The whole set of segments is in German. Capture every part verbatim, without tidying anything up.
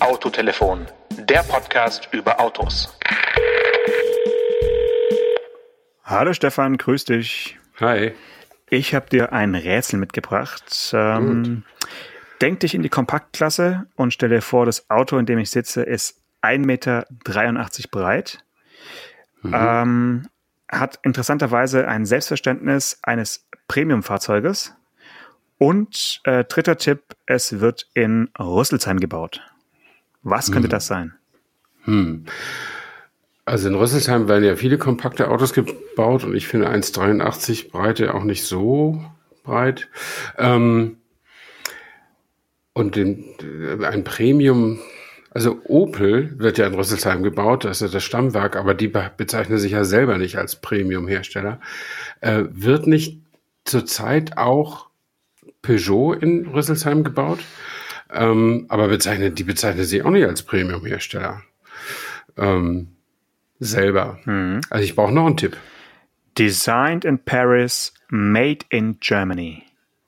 Autotelefon, der Podcast über Autos. Hallo Stefan, grüß dich. Hi. Ich habe dir ein Rätsel mitgebracht. Ähm, denk dich in die Kompaktklasse und stell dir vor, das Auto, in dem ich sitze, ist ein Meter dreiundachtzig breit. Mhm. Ähm, hat interessanterweise ein Selbstverständnis eines Premium-Fahrzeuges. Und äh, dritter Tipp, es wird in Rüsselsheim gebaut. Was könnte hm. das sein? Hm. Also in Rüsselsheim werden ja viele kompakte Autos gebaut und ich finde eins Meter dreiundachtzig Breite auch nicht so breit. Ähm, und den, ein Premium, also Opel wird ja in Rüsselsheim gebaut, das ist das Stammwerk, aber die bezeichnen sich ja selber nicht als Premium-Hersteller. Äh, wird nicht zurzeit auch Peugeot in Rüsselsheim gebaut, ähm, aber bezeichnet, die bezeichnen sich auch nicht als Premium-Hersteller ähm, selber. Mhm. Also ich brauche noch einen Tipp. Designed in Paris, made in Germany.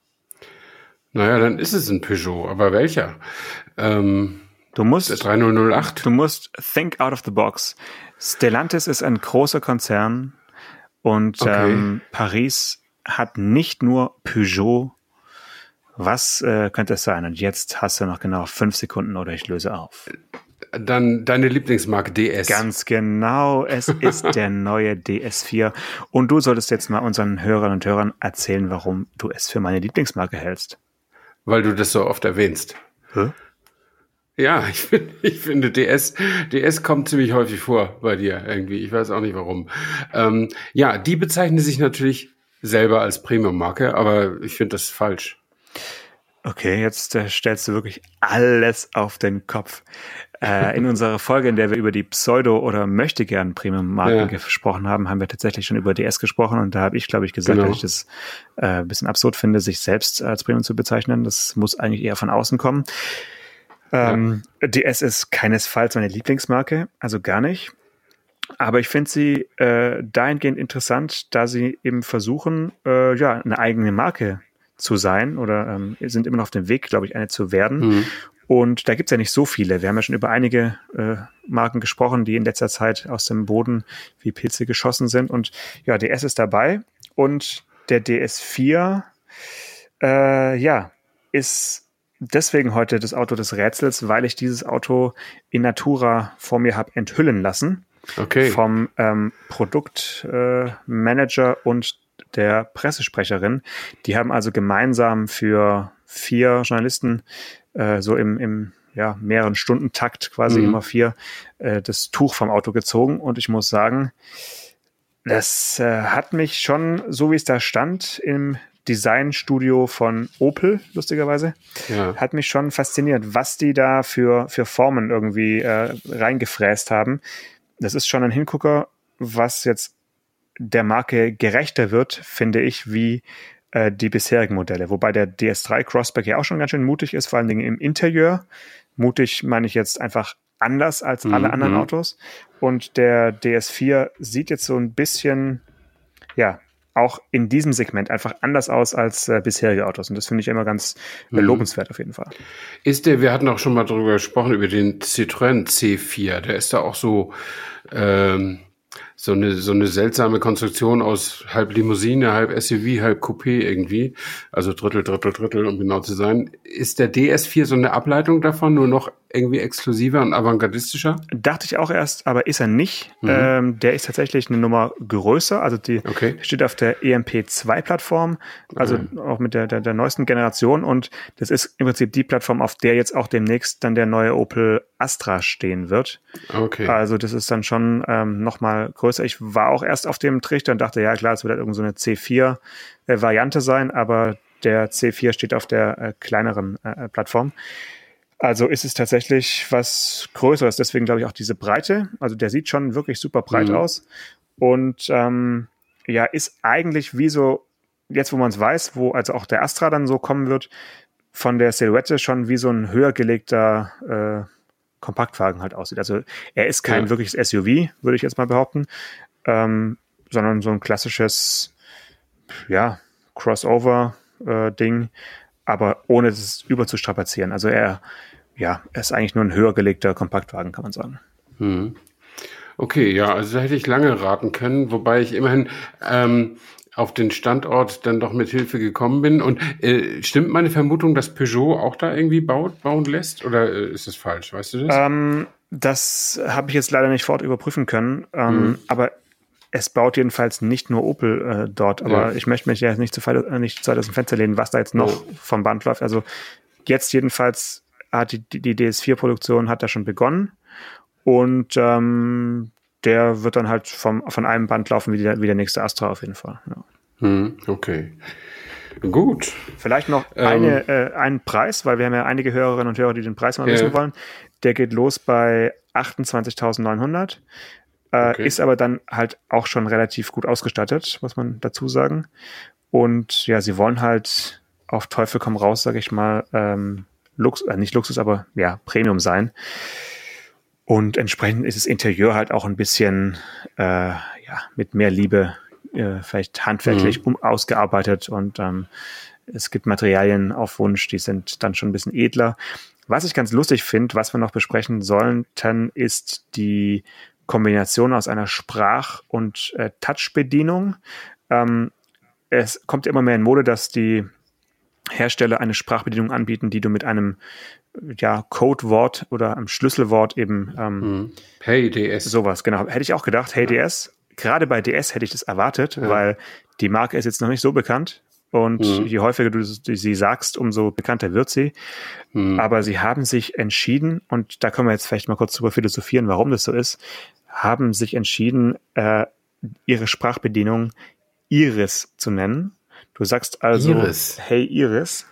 Naja, dann ist es ein Peugeot, aber welcher? Ähm, du musst, der drei null null acht. Du musst think out of the box. Stellantis ist ein großer Konzern und okay. ähm, Paris hat nicht nur Peugeot. Was äh, könnte es sein? Und jetzt hast du noch genau fünf Sekunden oder ich löse auf. Dann deine Lieblingsmarke D S. Ganz genau, es ist der neue D S vier. Und du solltest jetzt mal unseren Hörern und Hörern erzählen, warum du es für meine Lieblingsmarke hältst. Weil du das so oft erwähnst. Hä? Ja, ich, find, ich finde D S, D S kommt ziemlich häufig vor bei dir irgendwie. Ich weiß auch nicht warum. Ähm, ja, die bezeichnen sich natürlich selber als Premium-Marke, aber ich finde das falsch. Okay, jetzt äh, stellst du wirklich alles auf den Kopf. Äh, in unserer Folge, in der wir über die Pseudo- oder möchtegern Premium-Marken ja. gesprochen haben, haben wir tatsächlich schon über D S gesprochen und da habe ich, glaube ich, gesagt, genau. dass ich das äh, ein bisschen absurd finde, sich selbst als Premium zu bezeichnen. Das muss eigentlich eher von außen kommen. Ähm, ja. D S ist keinesfalls meine Lieblingsmarke, also gar nicht. Aber ich finde sie äh, dahingehend interessant, da sie eben versuchen, äh, ja, eine eigene Marke zu sein oder ähm, sind immer noch auf dem Weg, glaube ich, eine zu werden. Mhm. Und da gibt es ja nicht so viele. Wir haben ja schon über einige äh, Marken gesprochen, die in letzter Zeit aus dem Boden wie Pilze geschossen sind. Und ja, D S ist dabei. Und der D S vier, äh, ja, ist deswegen heute das Auto des Rätsels, weil ich dieses Auto in Natura vor mir habe enthüllen lassen. Okay. Vom ähm, Produktmanager äh, und der Pressesprecherin. Die haben also gemeinsam für vier Journalisten äh, so im, im ja, mehreren Stunden-Takt quasi mhm. immer vier äh, das Tuch vom Auto gezogen und ich muss sagen, das äh, hat mich schon, so wie es da stand, im Designstudio von Opel, lustigerweise, ja. hat mich schon fasziniert, was die da für, für Formen irgendwie äh, reingefräst haben. Das ist schon ein Hingucker, was jetzt der Marke gerechter wird, finde ich, wie äh, die bisherigen Modelle. Wobei der D S drei Crossback ja auch schon ganz schön mutig ist, vor allen Dingen im Interieur. Mutig meine ich jetzt einfach anders als alle mhm. anderen Autos. Und der D S vier sieht jetzt so ein bisschen, ja, auch in diesem Segment einfach anders aus als äh, bisherige Autos. Und das finde ich immer ganz äh, lobenswert auf jeden Fall. Ist der, wir hatten auch schon mal darüber gesprochen, über den Citroën C vier. Der ist da auch so, ähm, so eine, so eine seltsame Konstruktion aus halb Limousine, halb S U V, halb Coupé irgendwie. Also Drittel, Drittel, Drittel, um genau zu sein. Ist der D S vier so eine Ableitung davon, nur noch irgendwie exklusiver und avantgardistischer? Dachte ich auch erst, aber ist er nicht. Mhm. Ähm, der ist tatsächlich eine Nummer größer. Also die okay. steht auf der E M P zwei Plattform, also mhm. auch mit der, der, der neuesten Generation. Und das ist im Prinzip die Plattform, auf der jetzt auch demnächst dann der neue Opel Astra stehen wird. Okay. Also das ist dann schon ähm, nochmal größer. Ich war auch erst auf dem Trichter und dachte, ja klar, es wird halt irgend so eine C vier Variante sein, aber der C vier steht auf der äh, kleineren äh, Plattform. Also ist es tatsächlich was Größeres, deswegen glaube ich auch diese Breite. Also der sieht schon wirklich super breit mhm. aus und ähm, ja, ist eigentlich wie so, jetzt wo man es weiß, wo also auch der Astra dann so kommen wird, von der Silhouette schon wie so ein höher gelegter äh, Kompaktwagen halt aussieht. Also er ist kein ja. wirkliches S U V, würde ich jetzt mal behaupten, ähm, sondern so ein klassisches, ja, Crossover-Ding, äh, aber ohne es überzustrapazieren. Also er ja, er ist eigentlich nur ein höher gelegter Kompaktwagen, kann man sagen. Hm. Okay, ja, also da hätte ich lange raten können, wobei ich immerhin ähm, auf den Standort dann doch mit Hilfe gekommen bin. Und äh, stimmt meine Vermutung, dass Peugeot auch da irgendwie baut, bauen lässt? Oder äh, ist das falsch? Weißt du das? Ähm, das habe ich jetzt leider nicht fort überprüfen können. Ähm, mhm. Aber es baut jedenfalls nicht nur Opel äh, dort. Aber ja. ich möchte mich ja nicht zu weit, nicht zu weit aus dem Fenster lehnen, was da jetzt noch oh. vom Band läuft. Also jetzt jedenfalls hat die, die D S vier Produktion hat da schon begonnen. Und ähm, der wird dann halt vom, von einem Band laufen wie der, wie der nächste Astra auf jeden Fall. Ja. Hm, okay. Gut. Vielleicht noch ähm, eine, äh, einen Preis, weil wir haben ja einige Hörerinnen und Hörer, die den Preis mal ja. wissen wollen. Der geht los bei achtundzwanzigtausendneunhundert. Äh, okay. Ist aber dann halt auch schon relativ gut ausgestattet, muss man dazu sagen. Und ja, sie wollen halt auf Teufel komm raus, sage ich mal, ähm, Lux, äh, nicht Luxus, aber ja, Premium sein. Und entsprechend ist das Interieur halt auch ein bisschen äh, ja, mit mehr Liebe äh, vielleicht handwerklich mhm. um, ausgearbeitet und ähm, es gibt Materialien auf Wunsch, die sind dann schon ein bisschen edler. Was ich ganz lustig finde, was wir noch besprechen sollten, ist die Kombination aus einer Sprach- und äh, Touch-Bedienung. Ähm, es kommt immer mehr in Mode, dass die Hersteller eine Sprachbedienung anbieten, die du mit einem ja, Codewort oder einem Schlüsselwort eben ähm, Hey D S. Sowas, genau. Hätte ich auch gedacht, Hey ja. D S. Gerade bei D S hätte ich das erwartet, ja. weil die Marke ist jetzt noch nicht so bekannt und mhm. je häufiger du sie sagst, umso bekannter wird sie. Mhm. Aber sie haben sich entschieden, und da können wir jetzt vielleicht mal kurz drüber philosophieren, warum das so ist, haben sich entschieden, äh, ihre Sprachbedienung Iris zu nennen. Du sagst also Iris. Hey Iris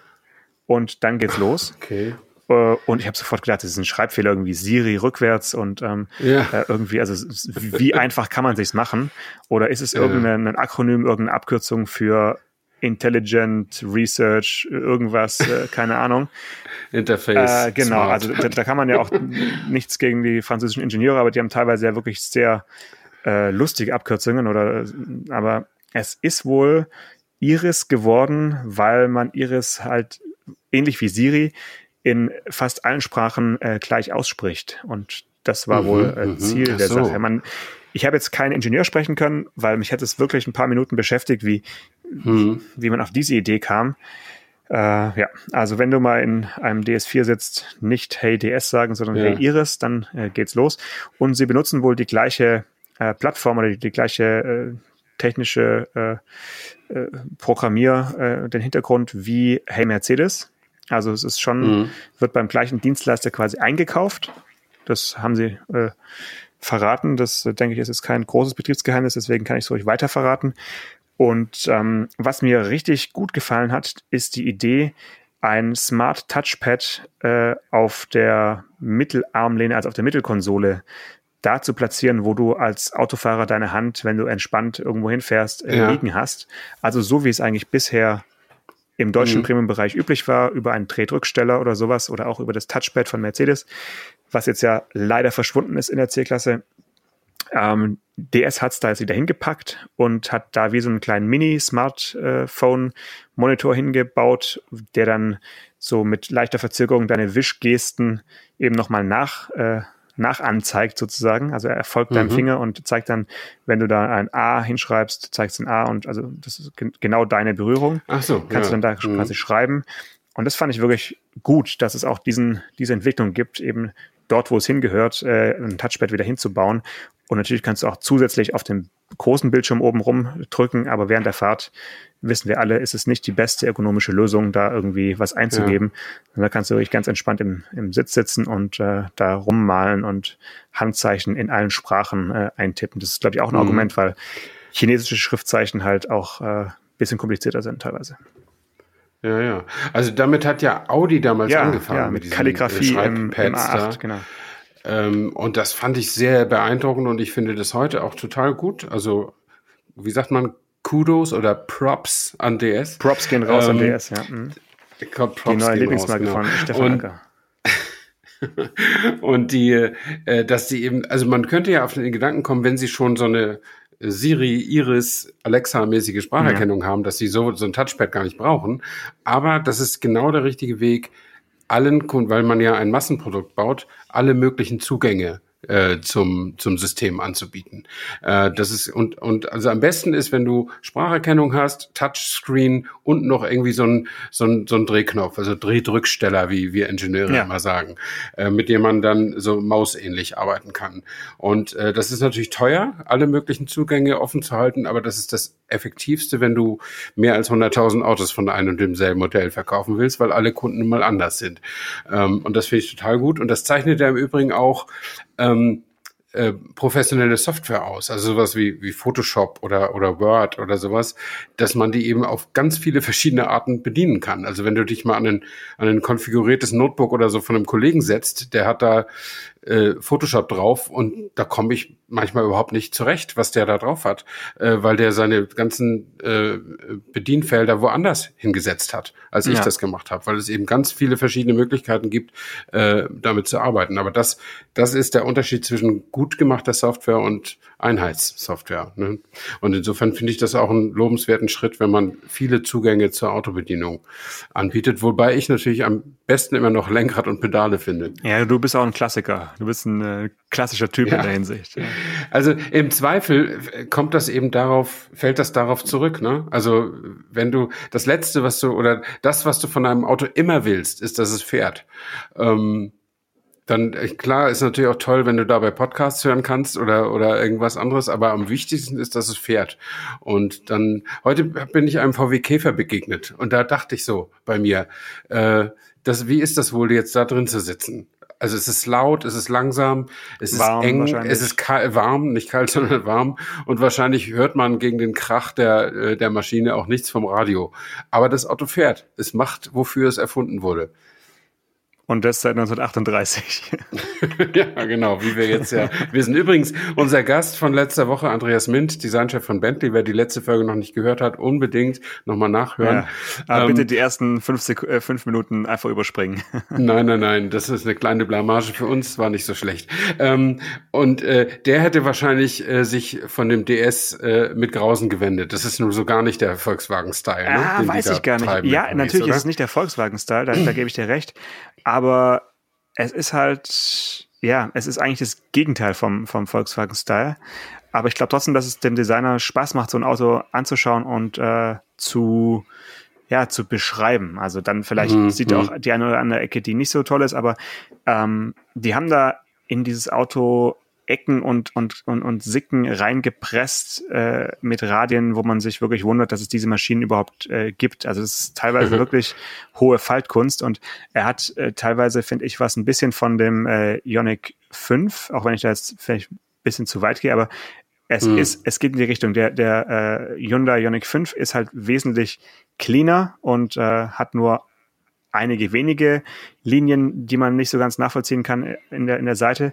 und dann geht's los. Okay. Und ich habe sofort gedacht, das ist ein Schreibfehler, irgendwie Siri rückwärts und ähm, ja. äh, irgendwie, also wie einfach kann man sich's machen? Oder ist es ja. irgendein Akronym, irgendeine Abkürzung für Intelligent Research, irgendwas, äh, keine Ahnung. Interface. Äh, genau, Smart. also da, da kann man ja auch nichts gegen die französischen Ingenieure, aber die haben teilweise ja wirklich sehr äh, lustige Abkürzungen. Oder, aber es ist wohl Iris geworden, weil man Iris halt ähnlich wie Siri in fast allen Sprachen äh, gleich ausspricht. Und das war mhm, wohl äh, Ziel der so. Sache. Man, ich habe jetzt keinen Ingenieur sprechen können, weil mich hätte es wirklich ein paar Minuten beschäftigt, wie, mhm. wie man auf diese Idee kam. Äh, ja, also wenn du mal in einem D S vier sitzt, nicht Hey D S sagen, sondern ja. Hey Iris, dann äh, geht's los. Und sie benutzen wohl die gleiche äh, Plattform oder die, die gleiche äh, technische äh, äh, Programmier, äh, den Hintergrund wie Hey Mercedes. Also es ist schon, mhm. wird beim gleichen Dienstleister quasi eingekauft. Das haben sie äh, verraten. Das, äh, denke ich, ist jetzt kein großes Betriebsgeheimnis, deswegen kann ich es ruhig weiter verraten. Und ähm, was mir richtig gut gefallen hat, ist die Idee, ein Smart Touchpad äh, auf der Mittelarmlehne, also auf der Mittelkonsole, da zu platzieren, wo du als Autofahrer deine Hand, wenn du entspannt irgendwo hinfährst, äh, ja. liegen hast. Also so, wie es eigentlich bisher im deutschen mhm. Premium-Bereich üblich war, über einen Drehdrücksteller oder sowas oder auch über das Touchpad von Mercedes, was jetzt ja leider verschwunden ist in der C-Klasse. Ähm, D S hat es da jetzt wieder hingepackt und hat da wie so einen kleinen Mini-Smartphone-Monitor hingebaut, der dann so mit leichter Verzögerung deine Wischgesten eben nochmal nach äh, nachanzeigt sozusagen. Also er erfolgt mhm. deinem Finger und zeigt dann, wenn du da ein A hinschreibst, zeigst du ein A und also das ist g- genau deine Berührung. Ach so, kannst ja. du dann da mhm. quasi schreiben. Und das fand ich wirklich gut, dass es auch diesen diese Entwicklung gibt, eben dort, wo es hingehört, äh, ein Touchpad wieder hinzubauen. Und natürlich kannst du auch zusätzlich auf dem großen Bildschirm oben rumdrücken, aber während der Fahrt, wissen wir alle, ist es nicht die beste ergonomische Lösung, da irgendwie was einzugeben. Ja. Und da kannst du wirklich ganz entspannt im, im Sitz sitzen und äh, da rummalen und Handzeichen in allen Sprachen äh, eintippen. Das ist, glaube ich, auch ein mhm. Argument, weil chinesische Schriftzeichen halt auch ein äh, bisschen komplizierter sind teilweise. Ja, ja. Also damit hat ja Audi damals ja, angefangen. Ja, mit, mit Kalligrafie im, im A acht, da. Genau. Ähm, und das fand ich sehr beeindruckend und ich finde das heute auch total gut. Also, wie sagt man, Kudos oder Props an D S. Props gehen raus ähm, an D S, ja. Mhm. Props die neue Lieblingsmarke raus, genau. von Stefan Acker. Und die, äh, dass die eben, also man könnte ja auf den Gedanken kommen, wenn sie schon so eine Siri, Iris, Alexa-mäßige Spracherkennung ja. haben, dass sie so, so ein Touchpad gar nicht brauchen. Aber das ist genau der richtige Weg, allen Kunden, weil man ja ein Massenprodukt baut, alle möglichen Zugänge äh, zum zum System anzubieten. Äh, das ist und und also am besten ist, wenn du Spracherkennung hast, Touchscreen und noch irgendwie so ein so ein so ein Drehknopf, also Drehdrücksteller, wie wir Ingenieure Ja. immer sagen, äh, mit dem man dann so mausähnlich arbeiten kann. Und äh, das ist natürlich teuer, alle möglichen Zugänge offen zu halten, aber das ist das Effektivste, wenn du mehr als hunderttausend Autos von einem und demselben Modell verkaufen willst, weil alle Kunden mal anders sind. Ähm, und das finde ich total gut. Und das zeichnet ja im Übrigen auch ähm, äh, professionelle Software aus, also sowas wie, wie Photoshop oder, oder Word oder sowas, dass man die eben auf ganz viele verschiedene Arten bedienen kann. Also wenn du dich mal an ein, an ein konfiguriertes Notebook oder so von einem Kollegen setzt, der hat da äh, Photoshop drauf und da komme ich manchmal überhaupt nicht zurecht, was der da drauf hat, äh, weil der seine ganzen äh, Bedienfelder woanders hingesetzt hat, als ich Ja. das gemacht habe, weil es eben ganz viele verschiedene Möglichkeiten gibt, äh, damit zu arbeiten. Aber das, das ist der Unterschied zwischen gut gemachter Software und Einheitssoftware. Ne? Und insofern finde ich das auch einen lobenswerten Schritt, wenn man viele Zugänge zur Autobedienung anbietet, wobei ich natürlich am besten immer noch Lenkrad und Pedale finde. Ja, du bist auch ein Klassiker. Du bist ein äh, klassischer Typ Ja. in der Hinsicht. Ja. Also im Zweifel kommt das eben darauf, fällt das darauf zurück, ne? Also wenn du das Letzte, was du oder das, was du von einem Auto immer willst, ist, dass es fährt. Ähm, dann klar ist natürlich auch toll, wenn du dabei Podcasts hören kannst oder oder irgendwas anderes, aber am wichtigsten ist, dass es fährt. Und dann heute bin ich einem V W Käfer begegnet und da dachte ich so bei mir, äh, das, wie ist das wohl jetzt da drin zu sitzen? Also es ist laut, es ist langsam, es Warm ist eng, wahrscheinlich. es ist kal- warm, nicht kalt, sondern warm. Und wahrscheinlich hört man gegen den Krach der, äh, der Maschine auch nichts vom Radio. Aber das Auto fährt. Es macht, wofür es erfunden wurde. Und das seit neunzehnhundertachtunddreißig. Ja, genau, wie wir jetzt ja wissen. Übrigens, unser Gast von letzter Woche, Andreas Mint, Designchef von Bentley, wer die letzte Folge noch nicht gehört hat, unbedingt nochmal nachhören. Ja. Aber Ähm, bitte die ersten fünf, Sek- äh, fünf Minuten einfach überspringen. Nein, nein, nein, das ist eine kleine Blamage für uns, war nicht so schlecht. Ähm, und äh, der hätte wahrscheinlich äh, sich von dem D S äh, mit Grausen gewendet. Das ist nur so gar nicht der Volkswagen-Style. Ne, Ah, den die weiß da ich gar nicht. treiben Ja, mit Amis, natürlich oder? ist es nicht der Volkswagen-Style, da, da gebe ich dir recht. Aber es ist halt, ja, es ist eigentlich das Gegenteil vom, vom Volkswagen-Style. Aber ich glaube trotzdem, dass es dem Designer Spaß macht, so ein Auto anzuschauen und äh, zu, ja, zu beschreiben. Also dann vielleicht Mhm. sieht er auch die eine oder andere Ecke, die nicht so toll ist, aber ähm, die haben da in dieses Auto Ecken und, und, und, und Sicken reingepresst äh, mit Radien, wo man sich wirklich wundert, dass es diese Maschinen überhaupt äh, gibt. Also es ist teilweise wirklich hohe Faltkunst und er hat äh, teilweise, finde ich, was ein bisschen von dem äh, Ioniq fünf, auch wenn ich da jetzt vielleicht ein bisschen zu weit gehe, aber es Mhm. ist, es geht in die Richtung. Der, der äh, Hyundai Ioniq fünf ist halt wesentlich cleaner und äh, hat nur einige wenige Linien, die man nicht so ganz nachvollziehen kann in der, in der Seite.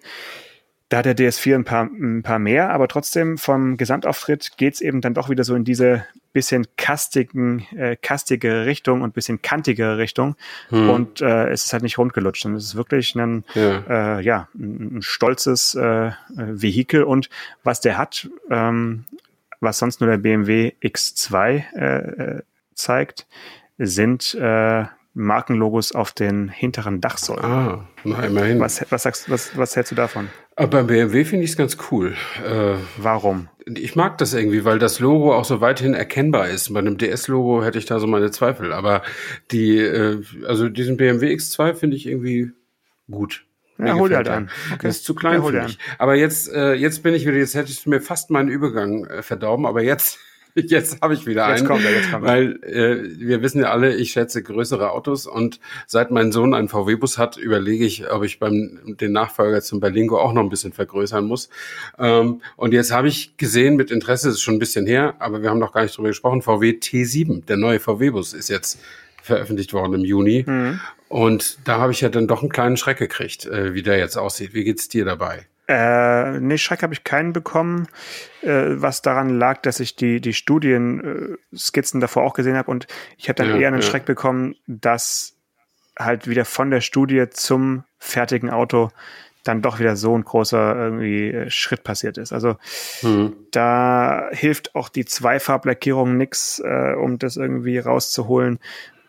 Da hat der D S vier ein paar, ein paar mehr, aber trotzdem vom Gesamtauftritt geht's eben dann doch wieder so in diese bisschen kastigen, äh, kastige Richtung und bisschen kantigere Richtung. Hm. Und äh, es ist halt nicht rundgelutscht. Und es ist wirklich ein, Ja. äh, ja, ein, ein stolzes äh, Vehikel. Und was der hat, ähm, was sonst nur der B M W X zwei äh, zeigt, sind äh, Markenlogos auf den hinteren Dachsäulen. Ah, na immerhin. Was, was sagst, was, was hältst du davon? Aber beim B M W finde ich es ganz cool. Äh, Warum? ich mag das irgendwie, weil das Logo auch so weithin erkennbar ist. Bei einem D S-Logo hätte ich da so meine Zweifel. Aber die, äh, also diesen B M W X zwei finde ich irgendwie gut. Mir Ja, hol dir gefällt halt er. einen. Okay. Das ist zu klein Ja, hol für dir mich. Aber jetzt, äh, jetzt bin ich wieder, jetzt hättest du mir fast meinen Übergang äh, verdorben, aber jetzt, jetzt habe ich wieder Jetzt einen. kommt er, jetzt kommt er. Weil äh, wir wissen ja alle, ich schätze größere Autos und seit mein Sohn einen V W-Bus hat, überlege ich, ob ich beim den Nachfolger zum Berlingo auch noch ein bisschen vergrößern muss. Ähm, und jetzt habe ich gesehen mit Interesse, das ist schon ein bisschen her, aber wir haben noch gar nicht drüber gesprochen, V W T sieben, der neue V W-Bus ist jetzt veröffentlicht worden im Juni. Mhm. Und da habe ich ja dann doch einen kleinen Schreck gekriegt, äh, wie der jetzt aussieht. Wie geht's dir dabei? Äh, nee, Schreck habe ich keinen bekommen, äh, was daran lag, dass ich die, die Studien-Skizzen davor auch gesehen habe und ich habe dann Ja, eher einen ja. Schreck bekommen, dass halt wieder von der Studie zum fertigen Auto dann doch wieder so ein großer irgendwie äh, Schritt passiert ist. Also Hm. da hilft auch die Zweifarblackierung nix, äh, um das irgendwie rauszuholen.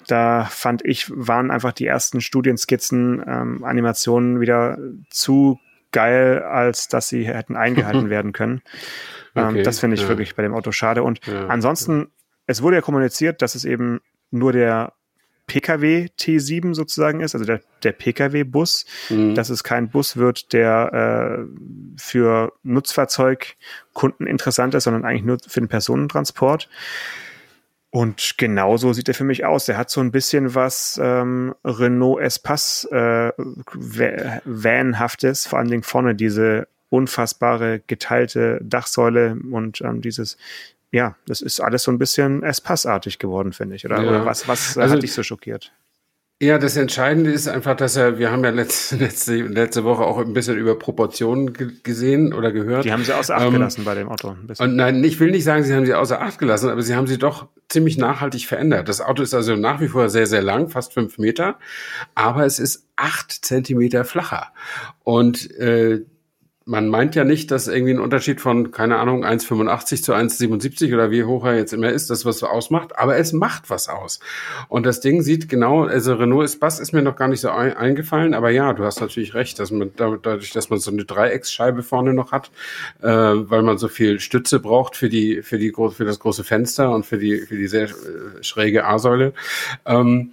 da fand ich, waren einfach die ersten Studienskizzen, ähm, Animationen wieder zu geil, als dass sie hätten eingehalten werden können. Okay, ähm, das finde ich ja. wirklich bei dem Auto schade. Und ja, ansonsten, ja. es wurde ja kommuniziert, dass es eben nur der P K W T sieben sozusagen ist, also der, der P K W-Bus, mhm. dass es kein Bus wird, der äh, für Nutzfahrzeugkunden interessant ist, sondern eigentlich nur für den Personentransport. Und genauso sieht er für mich aus. Der hat so ein bisschen was ähm, Renault Espace äh, Van-haftes, vor allen Dingen vorne diese unfassbare geteilte Dachsäule und ähm, dieses, ja, das ist alles so ein bisschen Espace-artig geworden, finde ich. Oder, ja. oder was, was also, hat dich so schockiert? Ja, das Entscheidende ist einfach, dass er, wir haben ja letzte, letzte, letzte Woche auch ein bisschen über Proportionen g- gesehen oder gehört. Die haben sie außer Acht ähm, gelassen bei dem Auto. Ein bisschen. Und nein, ich will nicht sagen, sie haben sie außer Acht gelassen, aber sie haben sie doch ziemlich nachhaltig verändert. Das Auto ist also nach wie vor sehr, sehr lang, fast fünf Meter, aber es ist acht Zentimeter flacher. Und äh, man meint ja nicht, dass irgendwie ein Unterschied von, keine Ahnung, eins Komma fünfundachtzig zu eins Komma siebenundsiebzig oder wie hoch er jetzt immer ist, das was so ausmacht, aber es macht was aus. Und das Ding sieht genau, also Renault Espace ist mir noch gar nicht so ein, eingefallen, aber ja, du hast natürlich recht, dass man dadurch, dass man so eine Dreiecksscheibe vorne noch hat, äh, weil man so viel Stütze braucht für die, für die, für das große Fenster und für die, für die sehr äh, schräge A-Säule, ähm,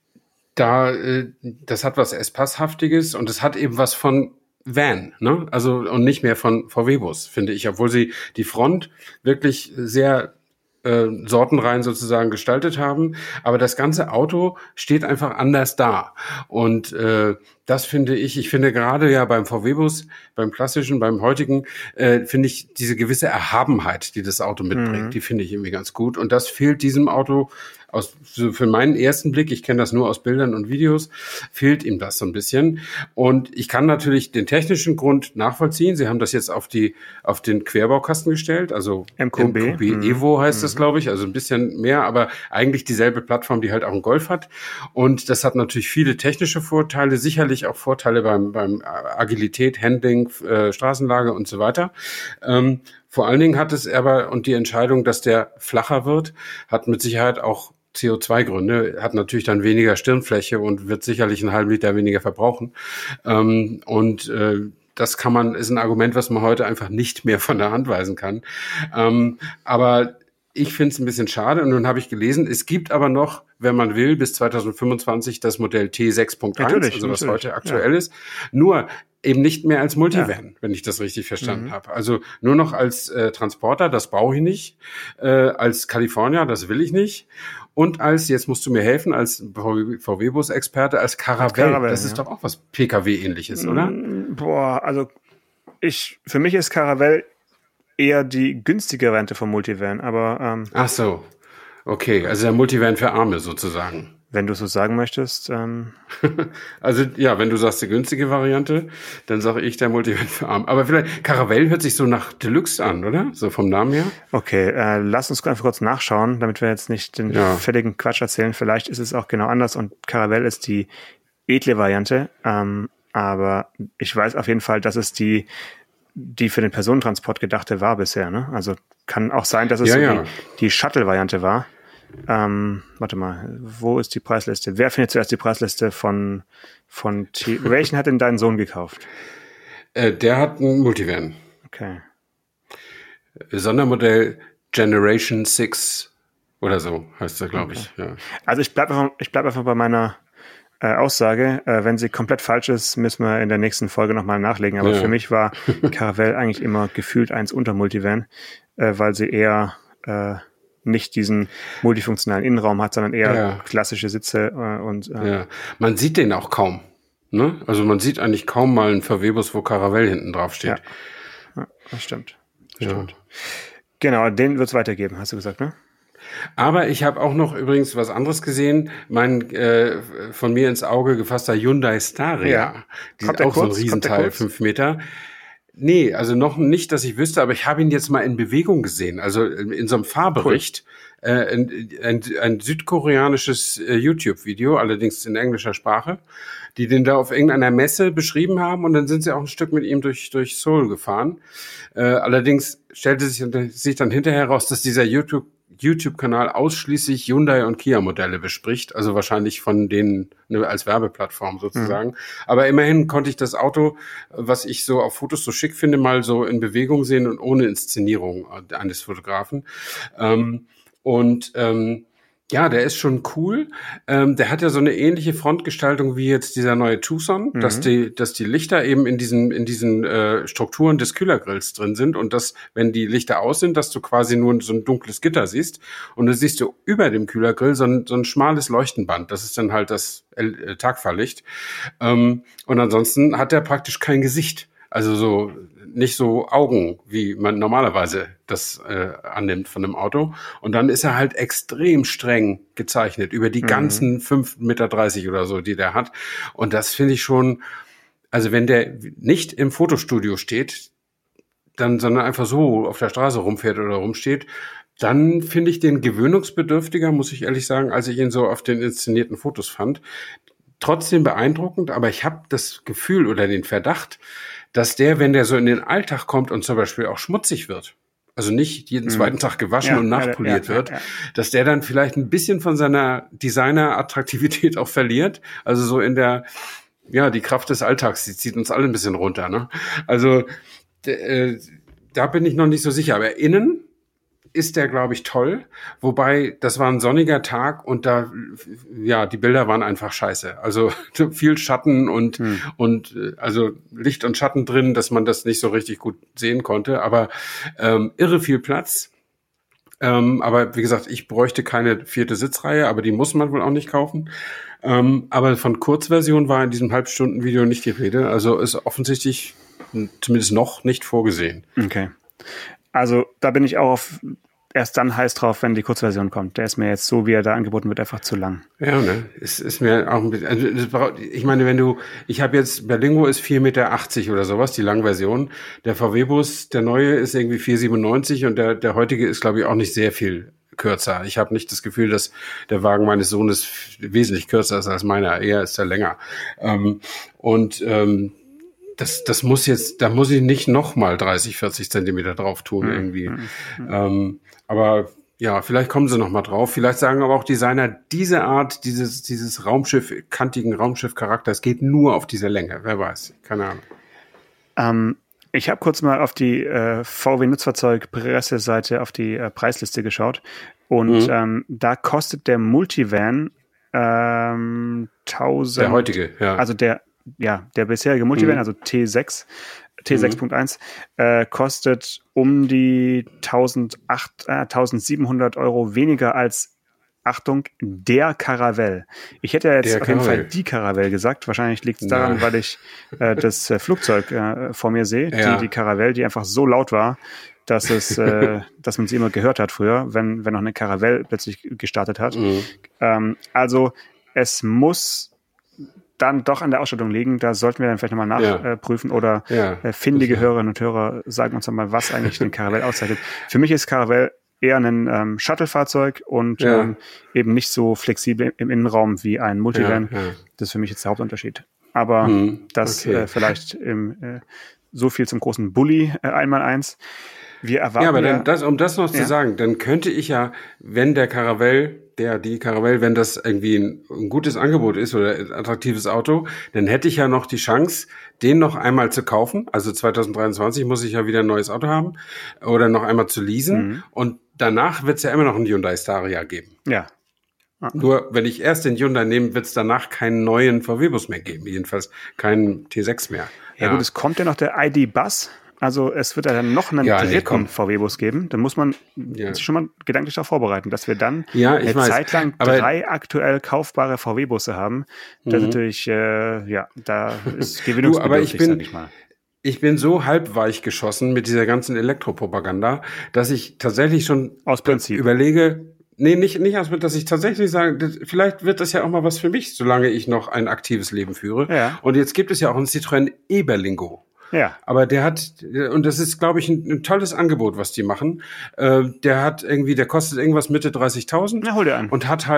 da, äh, das hat was Espace-haftiges und es hat eben was von Van, ne? Also und nicht mehr von V W-Bus, finde ich, obwohl sie die Front wirklich sehr äh, sortenrein sozusagen gestaltet haben, aber das ganze Auto steht einfach anders da und äh, das finde ich, ich finde gerade ja beim V W-Bus, beim klassischen, beim heutigen, äh, finde ich diese gewisse Erhabenheit, die das Auto mitbringt, mhm. die finde ich irgendwie ganz gut und das fehlt diesem Auto aus, so für meinen ersten Blick, ich kenne das nur aus Bildern und Videos, fehlt ihm das so ein bisschen. Und ich kann natürlich den technischen Grund nachvollziehen. Sie haben das jetzt auf die, auf den Querbaukasten gestellt, also M Q B, M Q B mhm. Evo heißt mhm. das, glaube ich, also ein bisschen mehr, aber eigentlich dieselbe Plattform, die halt auch einen Golf hat. Und das hat natürlich viele technische Vorteile, sicherlich auch Vorteile beim, beim Agilität, Handling, äh, Straßenlage und so weiter. Ähm, vor allen Dingen hat es aber, und die Entscheidung, dass der flacher wird, hat mit Sicherheit auch C O zwei Gründe, hat natürlich dann weniger Stirnfläche und wird sicherlich einen halben Liter weniger verbrauchen. Ähm, und äh, das kann man, ist ein Argument, was man heute einfach nicht mehr von der Hand weisen kann. Ähm, aber ich finde es ein bisschen schade. Und nun habe ich gelesen, es gibt aber noch, wenn man will, bis zwanzig fünfundzwanzig das Modell T sechs Punkt eins, natürlich, also was natürlich, heute aktuell ja. ist. Nur eben nicht mehr als Multivan, ja. wenn ich das richtig verstanden mhm. habe. Also nur noch als äh, Transporter, das brauche ich nicht. Äh, als California, das will ich nicht. Und als, jetzt musst du mir helfen, als V W-Bus-Experte, als Caravelle. Caravelle das ist ja. doch auch was P K W-ähnliches, oder? Boah, also ich, für mich ist Caravelle eher die günstige Variante vom Multivan, aber ähm, ach so, okay, also der Multivan für Arme sozusagen. Wenn du so sagen möchtest. Ähm. Also ja, wenn du sagst die günstige Variante, dann sage ich der Multivan für Arme. Aber vielleicht, Caravelle hört sich so nach Deluxe an, oder? So vom Namen her. Okay, äh, lass uns einfach kurz nachschauen, damit wir jetzt nicht den ja. völligen Quatsch erzählen. Vielleicht ist es auch genau anders und Caravelle ist die edle Variante. Ähm, aber ich weiß auf jeden Fall, dass es die die für den Personentransport gedachte war bisher. Ne? Also kann auch sein, dass es ja, so ja. die, die Shuttle-Variante war. Ähm, warte mal, wo ist die Preisliste? Wer findet zuerst die Preisliste von, von T- welchen hat denn dein Sohn gekauft? Äh, der hat einen Multivan. Okay. Sondermodell Generation six oder so heißt er, glaube ich. Okay. Ja. Also ich bleibe einfach, ich bleib einfach bei meiner äh, Aussage. Äh, wenn sie komplett falsch ist, müssen wir in der nächsten Folge nochmal nachlegen. Aber ja. für mich war Caravelle eigentlich immer gefühlt eins unter Multivan, äh, weil sie eher äh, nicht diesen multifunktionalen Innenraum hat, sondern eher ja. klassische Sitze äh, und äh, ja. Man sieht den auch kaum. Ne? Also man sieht eigentlich kaum mal einen V W-Bus, wo Caravelle hinten drauf steht. Ja, ja das stimmt. Das ja. stimmt. Genau, den wird es weitergeben, hast du gesagt, ne? Aber ich habe auch noch übrigens was anderes gesehen. Mein äh, von mir ins Auge gefasster Hyundai Staria. Ja. Die ist auch kurz? So ein Riesenteil, fünf Meter. Nee, also noch nicht, dass ich wüsste, aber ich habe ihn jetzt mal in Bewegung gesehen. Also in so einem Fahrbericht. Cool. Äh, ein, ein, ein südkoreanisches äh, YouTube-Video, allerdings in englischer Sprache, die den da auf irgendeiner Messe beschrieben haben und dann sind sie auch ein Stück mit ihm durch durch Seoul gefahren. Äh, allerdings stellte sich, sich dann hinterher heraus, dass dieser YouTube YouTube-Kanal ausschließlich Hyundai und Kia-Modelle bespricht, also wahrscheinlich von denen ne, als Werbeplattform sozusagen. Mhm. Aber immerhin konnte ich das Auto, was ich so auf Fotos so schick finde, mal so in Bewegung sehen und ohne Inszenierung eines Fotografen. Ähm, und ähm, ja, der ist schon cool. Ähm, der hat ja so eine ähnliche Frontgestaltung wie jetzt dieser neue Tucson, mhm. dass die, dass die Lichter eben in diesen, in diesen äh, Strukturen des Kühlergrills drin sind und dass, wenn die Lichter aus sind, dass du quasi nur so ein dunkles Gitter siehst und du siehst du über dem Kühlergrill so ein, so ein schmales Leuchtenband. Das ist dann halt das äh, Tagfahrlicht. Ähm, und ansonsten hat er praktisch kein Gesicht. Also so nicht so Augen, wie man normalerweise das äh, annimmt von einem Auto. Und dann ist er halt extrem streng gezeichnet über die mhm. ganzen fünf Meter dreißig oder so, die der hat. Und das finde ich schon, also wenn der nicht im Fotostudio steht, dann, sondern einfach so auf der Straße rumfährt oder rumsteht, dann finde ich den gewöhnungsbedürftiger, muss ich ehrlich sagen, als ich ihn so auf den inszenierten Fotos fand. Trotzdem beeindruckend, aber ich habe das Gefühl oder den Verdacht, dass der, wenn der so in den Alltag kommt und zum Beispiel auch schmutzig wird, also nicht jeden zweiten Tag gewaschen ja, und nachpoliert ja, ja, wird, ja, ja. dass der dann vielleicht ein bisschen von seiner Designer-Attraktivität auch verliert. Also so in der, ja, die Kraft des Alltags, die zieht uns alle ein bisschen runter, ne? Also d- äh, da bin ich noch nicht so sicher. Aber innen ist der, glaube ich, toll. Wobei, das war ein sonniger Tag und da, ja, die Bilder waren einfach scheiße. Also viel Schatten und, hm. und also Licht und Schatten drin, dass man das nicht so richtig gut sehen konnte. Aber ähm, irre viel Platz. Ähm, aber wie gesagt, ich bräuchte keine vierte Sitzreihe, aber die muss man wohl auch nicht kaufen. Ähm, aber von Kurzversion war in diesem Halbstunden-Video nicht die Rede. Also ist offensichtlich zumindest noch nicht vorgesehen. Okay. Also da bin ich auch auf, erst dann heiß drauf, wenn die Kurzversion kommt. Der ist mir jetzt so, wie er da angeboten wird, einfach zu lang. Ja, ne, es ist mir auch ein bisschen, also ich meine, wenn du, ich habe jetzt, Berlingo ist vier Meter achtzig oder sowas, die Langversion. Der V W-Bus, der neue, ist irgendwie vier siebenundneunzig und der, der heutige ist, glaube ich, auch nicht sehr viel kürzer. Ich habe nicht das Gefühl, dass der Wagen meines Sohnes wesentlich kürzer ist als meiner. Eher ist er länger. Ähm, und ähm, Das, das muss jetzt, da muss ich nicht nochmal dreißig, vierzig Zentimeter drauf tun, irgendwie. Mhm. Ähm, aber ja, vielleicht kommen sie nochmal drauf. Vielleicht sagen aber auch Designer, diese Art, dieses, dieses Raumschiff, kantigen Raumschiff-Charakter, es geht nur auf diese Länge. Wer weiß, keine Ahnung. Ähm, ich habe kurz mal auf die äh, V W-Nutzfahrzeug-Presseseite, auf die äh, Preisliste geschaut. Und mhm. ähm, da kostet der Multivan ähm, tausend. Der heutige, ja. Also der Ja, der bisherige Multivan, mhm. also T sechs, T sechs Punkt eins, mhm. äh, kostet um die eintausendsiebenhundert Euro weniger als, Achtung, der Caravelle. Ich hätte ja jetzt der auf jeden Caravelle. Fall die Caravelle gesagt. Wahrscheinlich liegt es daran, ja. weil ich äh, das äh, Flugzeug äh, vor mir sehe. Ja. Die, die Caravelle, die einfach so laut war, dass es, äh, dass man sie immer gehört hat früher, wenn, wenn noch eine Caravelle plötzlich gestartet hat. Mhm. Ähm, also es muss dann doch an der Ausstattung liegen. Da sollten wir dann vielleicht nochmal nachprüfen ja. äh, oder ja. äh, findige Hörerinnen und Hörer sagen uns nochmal, was eigentlich den Caravelle auszeichnet. Für mich ist Caravelle eher ein ähm, Shuttle-Fahrzeug und ja. ähm, eben nicht so flexibel im Innenraum wie ein Multivan. Ja, ja. Das ist für mich jetzt der Hauptunterschied. Aber hm, das okay. äh, vielleicht im, äh, so viel zum großen Bulli äh, einmal eins. Wir erwarten ja, aber dann, das, um das noch ja. zu sagen, dann könnte ich ja, wenn der Caravelle, der, die Caravelle, wenn das irgendwie ein, ein gutes Angebot ist oder ein attraktives Auto, dann hätte ich ja noch die Chance, den noch einmal zu kaufen. Also zwanzig dreiundzwanzig muss ich ja wieder ein neues Auto haben oder noch einmal zu leasen. Mhm. Und danach wird es ja immer noch einen Hyundai Staria geben. Ja. Ah. Nur, wenn ich erst den Hyundai nehme, wird es danach keinen neuen V W-Bus mehr geben. Jedenfalls keinen T sechs mehr. Ja, ja. Gut, es kommt ja noch der I D-Bus. Also es wird ja dann noch einen ja, dritten nee, V W-Bus geben. Dann muss man ja. sich schon mal gedanklich darauf vorbereiten, dass wir dann ja, eine weiß. Zeit lang drei aktuell kaufbare V W-Busse haben. Das mhm. ist natürlich, äh, ja, da ist gewinnungsbedürftig, sag ich mal. Ich bin so halb weich geschossen mit dieser ganzen Elektropropaganda, dass ich tatsächlich schon aus Prinzip überlege, nee, nicht, nicht aus, dass ich tatsächlich sage, das, vielleicht wird das ja auch mal was für mich, solange ich noch ein aktives Leben führe. Ja. Und jetzt gibt es ja auch einen Citroën E-Berlingo. Ja. Aber der hat, und das ist, glaube ich, ein, ein tolles Angebot, was die machen. Äh, der hat irgendwie, der kostet irgendwas Mitte dreißigtausend. Na, hol dir an. Und hat halt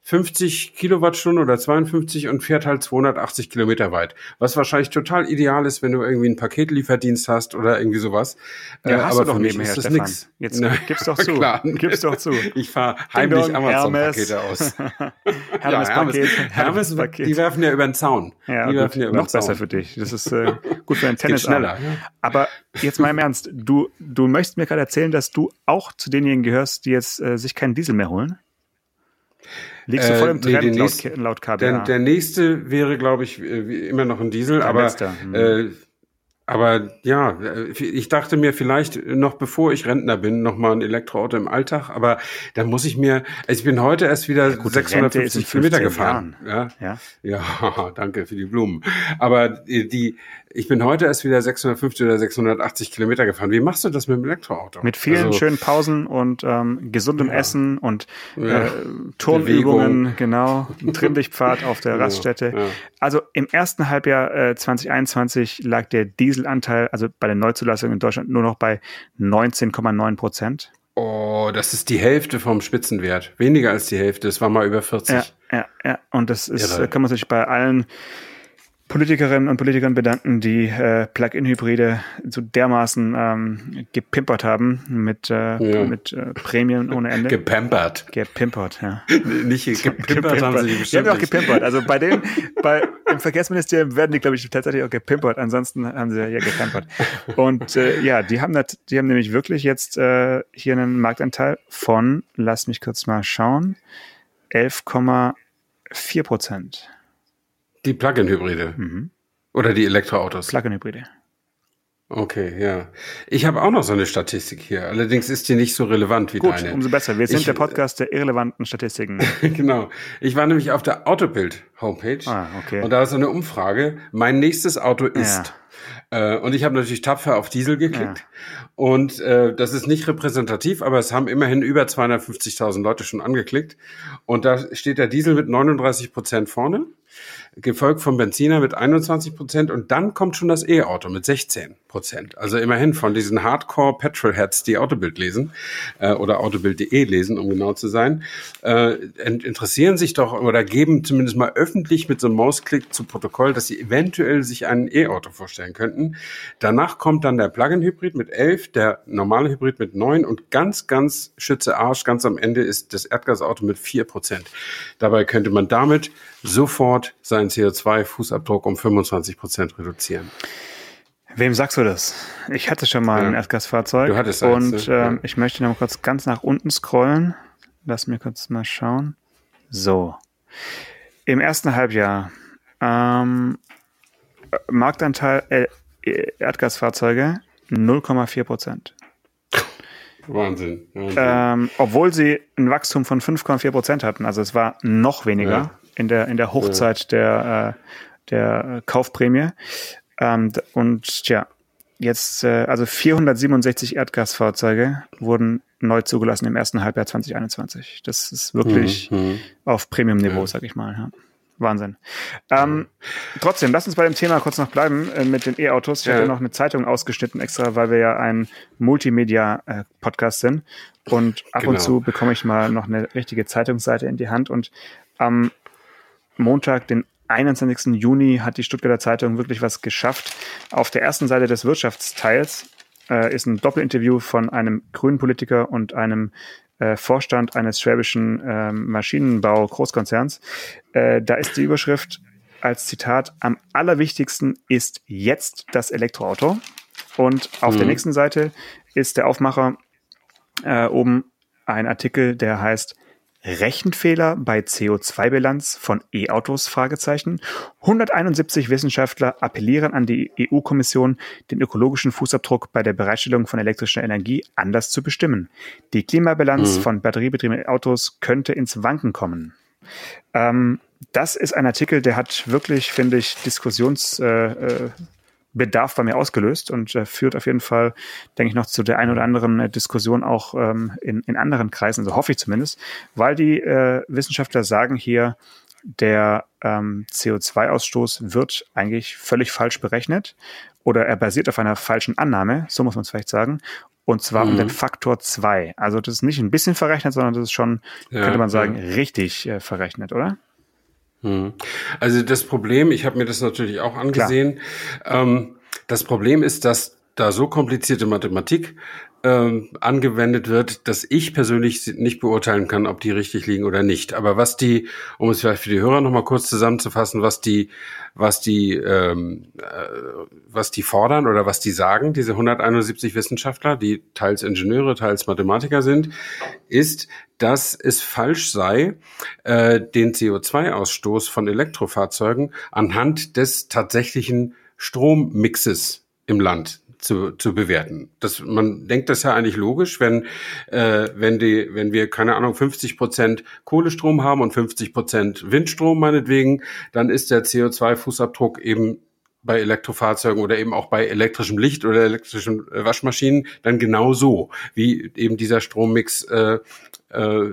fünfzig Kilowattstunden oder zweiundfünfzig und fährt halt zweihundertachtzig Kilometer weit. Was wahrscheinlich total ideal ist, wenn du irgendwie einen Paketlieferdienst hast oder irgendwie sowas. Ja, äh, hast aber du doch für mich nebenher, ist das Stefan. nix. Jetzt Na, gib's doch zu. Klar. Gib's doch zu. Ich fahre heimlich Ding dong, Amazon-Pakete aus. Hermes, ja, Paket. Hermes, Hermes, die werfen ja über den Zaun. Ja, die gut, werfen ja über noch den Zaun. besser für dich. Das ist äh, gut für dein Tennis. schneller, ja. Aber jetzt mal im Ernst, du, du möchtest mir gerade erzählen, dass du auch zu denjenigen gehörst, die jetzt äh, sich keinen Diesel mehr holen? Liegst du voll im Äh, nee, Trend den laut, nächsten- laut K B A? Der, der nächste wäre, glaube ich, wie immer noch ein Diesel, Der aber letzte, hm. äh, aber ja, ich dachte mir vielleicht noch bevor ich Rentner bin, noch mal ein Elektroauto im Alltag, aber dann muss ich mir, also ich bin heute erst wieder gut, sechshundertfünfzig Kilometer gefahren. Jahren. Ja, Ja? ja, danke für die Blumen. Aber die, ich bin heute erst wieder sechshundertfünfzig oder sechshundertachtzig Kilometer gefahren. Wie machst du das mit dem Elektroauto? Mit vielen Also, schönen Pausen und ähm, gesundem Ja. Essen und Ja. äh, Turnübungen, Bewegung. genau, ein Trimm-dich-Pfad auf der Ja, Raststätte. ja. Also im ersten Halbjahr äh, zwanzig einundzwanzig lag der Dieselanteil, also bei den Neuzulassungen in Deutschland, nur noch bei neunzehn Komma neun Prozent. Oh, das ist die Hälfte vom Spitzenwert. Weniger als die Hälfte. Es war mal über vierzig. Ja, ja, ja. Und das ist, Irre. äh, kann man sich bei allen Politikerinnen und Politikern bedanken, die äh, Plug-in-Hybride so dermaßen ähm, gepimpert haben mit, äh, Ja. mit äh, Prämien ohne Ende. Gepampert. Gepimpert, ja. Nicht gepimpert haben sie die Die bestimmt haben ja auch nicht. gepimpert. Also bei denen, bei, im Verkehrsministerium werden die, glaube ich, tatsächlich auch gepimpert. Ansonsten haben sie ja gepampert. Und äh, ja, die haben, das, die haben nämlich wirklich jetzt äh, hier einen Marktanteil von, lass mich kurz mal schauen, elf Komma vier Prozent. Die Plug-in-Hybride. Mhm. Oder die Elektroautos. Plug-in-Hybride. Okay, ja. Ich habe auch noch so eine Statistik hier. Allerdings ist die nicht so relevant wie Gut, deine. umso besser. Wir sind Ich- der Podcast der irrelevanten Statistiken. Genau. Ich war nämlich auf der Autobild-Homepage. Ah, okay. Und da ist so eine Umfrage. Mein nächstes Auto ist. Äh, und ich habe natürlich tapfer auf Diesel geklickt. Ja. Und äh, das ist nicht repräsentativ, aber es haben immerhin über zweihundertfünfzigtausend Leute schon angeklickt. Und da steht der Diesel mit neununddreißig Prozent vorne, gefolgt vom Benziner mit einundzwanzig Prozent und dann kommt schon das E-Auto mit sechzehn Prozent. Also immerhin von diesen Hardcore-Petrolheads, die Autobild lesen äh, oder autobild punkt de lesen, um genau zu sein, äh, interessieren sich doch oder geben zumindest mal öffentlich mit so einem Mausklick zu Protokoll, dass sie eventuell sich ein E-Auto vorstellen könnten. Danach kommt dann der Plug-in-Hybrid mit elf, der normale Hybrid mit neun und ganz, ganz Schütze Arsch, ganz am Ende ist das Erdgasauto mit vier Prozent. Dabei könnte man damit sofort seinen C O zwei Fußabdruck um fünfundzwanzig Prozent reduzieren. Wem sagst du das? Ich hatte schon mal Ja. ein Erdgasfahrzeug. Du hattest eins, Und ne? ähm, Ja. ich möchte noch mal kurz ganz nach unten scrollen. Lass mir kurz mal schauen. So. Im ersten Halbjahr ähm, Marktanteil äh, Erdgasfahrzeuge null Komma vier Prozent. Wahnsinn. Wahnsinn. Ähm, obwohl sie ein Wachstum von fünf Komma vier Prozent hatten. Also es war noch weniger Ja. in der in der Hochzeit der äh, der Kaufprämie. Ähm, d- und tja, jetzt äh, also vierhundertsiebenundsechzig Erdgasfahrzeuge wurden neu zugelassen im ersten Halbjahr zwanzig einundzwanzig. Das ist wirklich Mhm. auf Premium-Niveau, Ja. sag ich mal. Ja. Wahnsinn. Ähm, trotzdem, lass uns bei dem Thema kurz noch bleiben äh, mit den E-Autos. Ich Ja. habe ja noch eine Zeitung ausgeschnitten extra, weil wir ja ein Multimedia-Podcast sind. Und ab und Genau. zu bekomme ich mal noch eine richtige Zeitungsseite in die Hand. Und am Montag, den einundzwanzigsten Juni, hat die Stuttgarter Zeitung wirklich was geschafft. Auf der ersten Seite des Wirtschaftsteils äh, ist ein Doppelinterview von einem grünen Politiker und einem äh, Vorstand eines schwäbischen ähm, Maschinenbau-Großkonzerns. Äh, da ist die Überschrift als Zitat: Am allerwichtigsten ist jetzt das Elektroauto. Und auf Mhm. der nächsten Seite ist der Aufmacher äh, oben ein Artikel, der heißt Rechenfehler bei C O zwei Bilanz von E-Autos? Fragezeichen. hunderteinundsiebzig Wissenschaftler appellieren an die E U-Kommission, den ökologischen Fußabdruck bei der Bereitstellung von elektrischer Energie anders zu bestimmen. Die Klimabilanz Mhm. von batteriebetriebenen Autos könnte ins Wanken kommen. Ähm, das ist ein Artikel, der hat wirklich, finde ich, Diskussions äh, äh, Bedarf bei mir ausgelöst und äh, führt auf jeden Fall, denke ich, noch zu der einen oder anderen äh, Diskussion auch ähm, in, in anderen Kreisen, so hoffe ich zumindest, weil die äh, Wissenschaftler sagen hier, der ähm, C O zwei Ausstoß wird eigentlich völlig falsch berechnet oder er basiert auf einer falschen Annahme, so muss man es vielleicht sagen. Und zwar Mhm. um den Faktor zwei. Also das ist nicht ein bisschen verrechnet, sondern das ist schon, Ja, könnte man sagen, ja. richtig äh, verrechnet, oder? Mhm. Also das Problem, ich habe mir das natürlich auch angesehen, ähm, das Problem ist, dass da so komplizierte Mathematik ähm, angewendet wird, dass ich persönlich nicht beurteilen kann, ob die richtig liegen oder nicht. Aber was die, um es vielleicht für die Hörer nochmal kurz zusammenzufassen, was die, was die, ähm, äh, was die fordern oder was die sagen, diese hunderteinundsiebzig Wissenschaftler, die teils Ingenieure, teils Mathematiker sind, ist, dass es falsch sei, äh, den C O zwei Ausstoß von Elektrofahrzeugen anhand des tatsächlichen Strommixes im Land zu, zu bewerten. Das, man denkt das ja eigentlich logisch, wenn, äh, wenn die, wenn wir, keine Ahnung, fünfzig Prozent Kohlestrom haben und fünfzig Prozent Windstrom meinetwegen, dann ist der C O zwei Fußabdruck eben bei Elektrofahrzeugen oder eben auch bei elektrischem Licht oder elektrischen äh, Waschmaschinen dann genauso, wie eben dieser Strommix äh, äh,